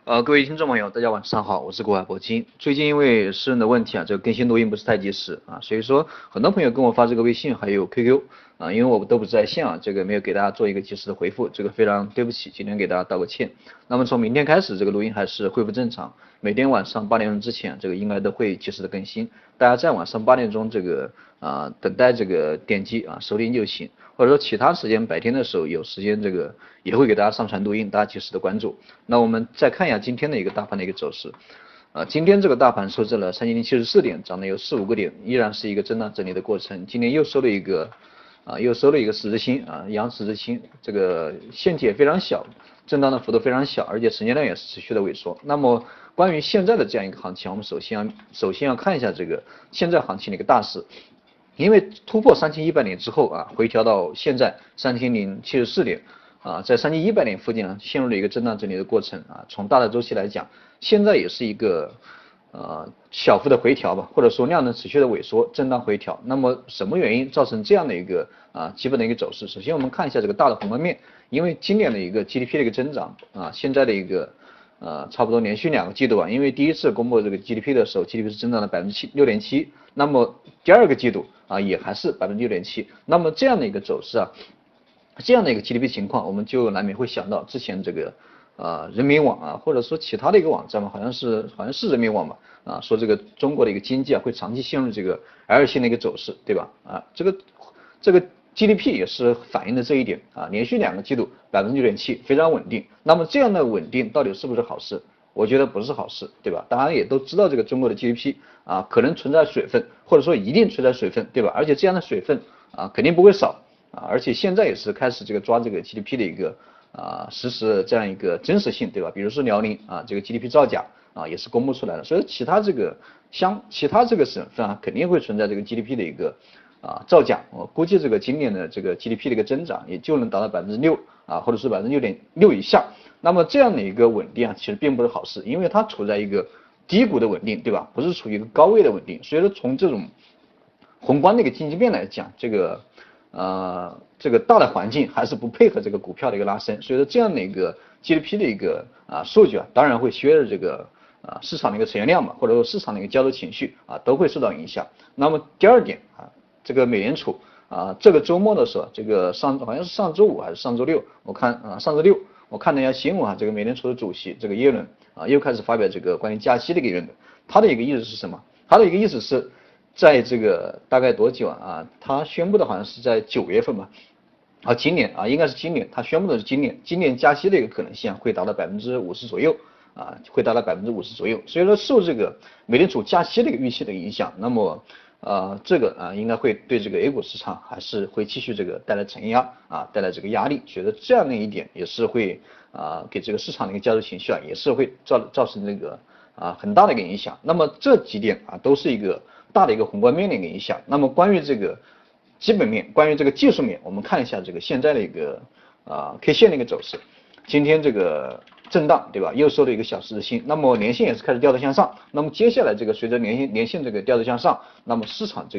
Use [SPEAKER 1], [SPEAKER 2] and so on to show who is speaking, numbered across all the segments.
[SPEAKER 1] 各位听众朋友，大家晚上好，我是国海铂金。最近因为私人的问题啊，这个更新录音不是太及时啊，所以说很多朋友跟我发这个微信还有 QQ 啊，因为我都不在线啊，这个没有给大家做一个及时的回复，这个非常对不起，今天给大家道个歉。那么从明天开始，这个录音还是恢复正常，每天晚上8点钟之前，这个应该都会及时的更新。大家在晚上8点钟这个等待这个点击收听就行。或者说其他时间白天的时候有时间，这个也会给大家上传录音，大家及时的关注。那我们再看一下今天的一个大盘的一个走势。今天这个大盘收在了3074点，涨了有4、5个点，依然是一个震荡整理的过程。今天又收了一个十字星阳十字星，这个线体也非常小，震荡的幅度非常小，而且成交量也是持续的萎缩。那么关于现在的这样一个行情，我们首先要看一下这个现在行情的一个大势。因为突破3100点之后回调到现在3074点在3100点附近呢，陷入了一个震荡整理的过程从大的周期来讲，现在也是一个小幅的回调吧，或者说量能持续的萎缩，震荡回调。那么什么原因造成这样的一个基本的一个走势？首先我们看一下这个大的宏观面，因为今年的一个 GDP 的一个增长现在的一个差不多连续2个季度因为第一次公布这个 GDP 的时候 ，GDP 是增长了6.7%，那么第2个季度也还是6.7%，那么这样的一个走势这样的一个 GDP 情况，我们就难免会想到之前这个人民网或者说其他的一个网站嘛，好像是人民网嘛说这个中国的一个经济会长期陷入这个 L 型的一个走势，对吧这个 GDP 也是反映的这一点连续2个季度6.7%，非常稳定。那么这样的稳定到底是不是好事？我觉得不是好事，对吧？大家也都知道这个中国的 GDP 可能存在水分，或者说一定存在水分，对吧？而且这样的水分肯定不会少而且现在也是开始这个抓这个 GDP 的一个实时这样一个真实性，对吧？比如说辽宁这个 GDP 造假也是公布出来了，所以其他这个省份肯定会存在这个 GDP 的一个造假。我估计这个今年的这个 GDP 的一个增长也就能达到6%或者是6.6%以下。那么这样的一个稳定其实并不是好事，因为它处在一个低谷的稳定，对吧？不是处于一个高位的稳定。所以说从这种宏观的一个经济面来讲，这个大的环境还是不配合这个股票的一个拉升，所以说这样的一个 GDP 的一个数据当然会削弱这个市场的一个成交量嘛，或者说市场的一个交投情绪都会受到影响。那么第2点这个美联储这个周末的时候，这个好像是上周5还是上周6，我看上周6我看了一下新闻这个美联储的主席这个耶伦又开始发表这个关于加息的一个言论，他的一个意思是什么？他的一个意思是在这个大概多久他宣布的好像是在9月份吧今年应该是今年，他宣布的是今年加息的一个可能性会达到50%左右会达到50%左右。所以说受这个美联储加息的一个预期的影响，那么这个应该会对这个 A 股市场还是会继续这个带来承压带来这个压力。觉得这样的一点也是会给这个市场的一个交投情绪也是会造成这个很大的一个影响。那么这几点都是一个大的一个宏观面的一个影响。那么关于这个基本面，关于这个技术面，我们看一下这个现在的一个K 线的一个走势。今天这个震荡，对吧？又收了一个小十字星，那么连线也是开始掉头向上。那么接下来这个随着连线这个掉头向上，那么市场这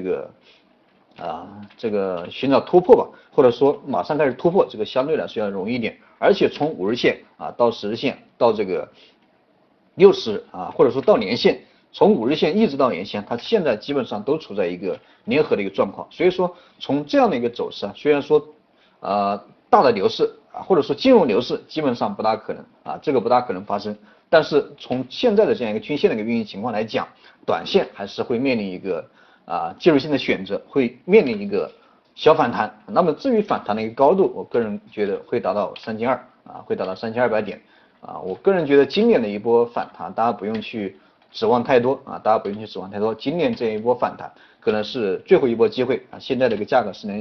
[SPEAKER 1] 个寻找突破吧，或者说马上开始突破，这个相对来说要容易一点。而且从5日线到10日线到这个60或者说到年线，从5日线一直到年线，它现在基本上都处在一个联合的一个状况。所以说从这样的一个走势虽然说大的牛市或者说金融牛市基本上不大可能这个不大可能发生。但是从现在的这样一个均线的一个运行情况来讲，短线还是会面临一个技术性的选择，会面临一个小反弹。那么至于反弹的一个高度，我个人觉得会达到3200会达到3200点我个人觉得今年的一波反弹，大家不用去指望太多大家不用去指望太多。今年这一波反弹可能是最后一波机会现在这个价格是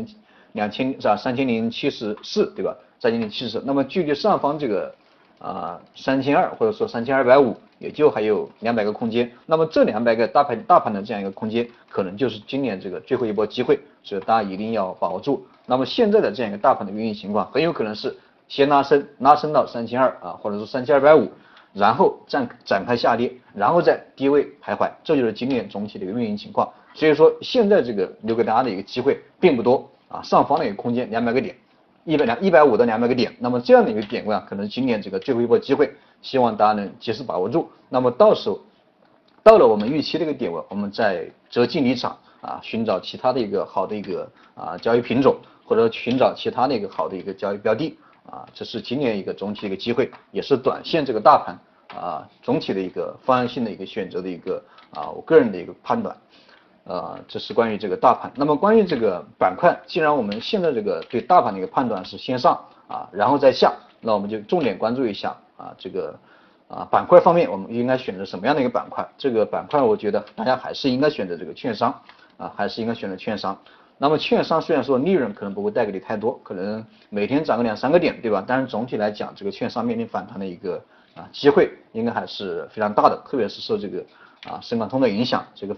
[SPEAKER 1] 3074，对吧？3074，那么距离上方这个3200或者说3250，也就还有200个空间。那么这200个大盘的这样一个空间，可能就是今年这个最后一波机会，所以大家一定要把握住。那么现在的这样一个大盘的运行情况，很有可能是先拉升到3200或者说3250，然后展开下跌，然后在低位徘徊，这就是今年总体的一个运营情况。所以说现在这个留给大家的一个机会并不多上方的一个空间200个点，150到200个点，那么这样的一个点位可能今年这个最后一波机会。 希望大家能及时把握住。那么到时候到了我们预期的一个点位，我们再择机离场啊，寻找其他的一个好的一个交易品种，或者寻找其他的一个好的一个交易标的啊，这是今年一个总体的一个机会，也是短线这个大盘总体的一个方向性的一个选择的一个我个人的一个判断。这是关于这个大盘。那么关于这个板块，既然我们现在这个对大盘的一个判断是先上然后再下，那我们就重点关注一下这个板块方面，我们应该选择什么样的一个板块？这个板块我觉得大家还是应该选择这个券商还是应该选择券商。那么券商虽然说利润可能不会带给你太多，可能每天涨个2、3个点，对吧？但是总体来讲，这个券商面临反弹的一个机会应该还是非常大的，特别是受这个深港通的影响，这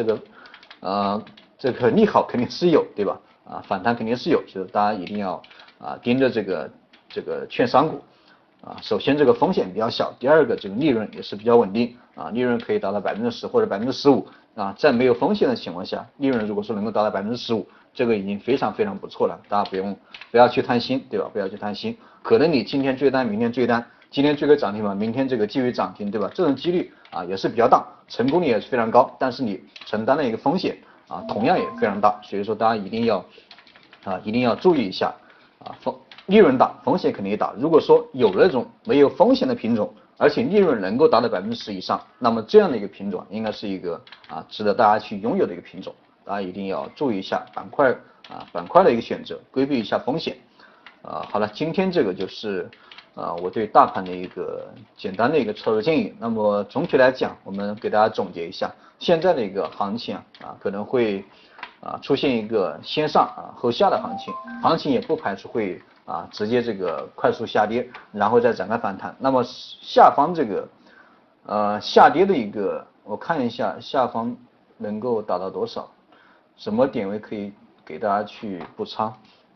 [SPEAKER 1] 个利好肯定是有，对吧？反弹肯定是有，就是大家一定要盯着这个券商股首先这个风险比较小，第二个这个利润也是比较稳定利润可以达到10%或者15%在没有风险的情况下，利润如果说能够达到15%，这个已经非常非常不错了，大家不要去贪心，对吧？不要去贪心，可能你今天追单，明天追单，今天追个涨停板，明天这个继续涨停，对吧？这种几率也是比较大，成功率也是非常高，但是你承担的一个风险同样也非常大，所以说大家一定要注意一下利润大，风险肯定也大。如果说有那种没有风险的品种，而且利润能够达到10%以上，那么这样的一个品种应该是一个值得大家去拥有的一个品种。大家一定要注意一下板块的一个选择，规避一下风险。好了，今天这个就是我对大盘的一个简单的一个操作建议。那么总体来讲，我们给大家总结一下，现在的一个行情可能会出现一个先上后下的行情，行情也不排除会直接这个快速下跌，然后再展开反弹。那么下方这个下跌的一个，我看一下下方能够达到多少，什么点位可以给大家去补仓。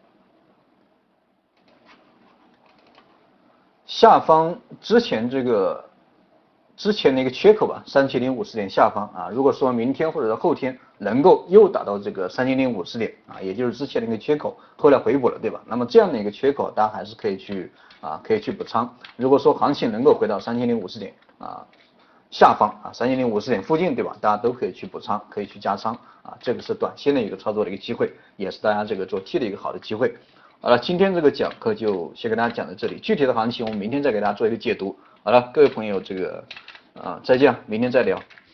[SPEAKER 1] 下方之前的一个缺口吧，3050点下方如果说明天或者是后天能够又达到这个3050点也就是之前的一个缺口，后来回补了，对吧？那么这样的一个缺口，大家还是可以去补仓。如果说行情能够回到3050点下方3050点附近，对吧？大家都可以去补仓，可以去加仓这个是短线的一个操作的一个机会，也是大家这个做 T 的一个好的机会。好了，今天这个讲课就先跟大家讲到这里，具体的行情我们明天再给大家做一个解读。好了，各位朋友，这个再见，明天再聊。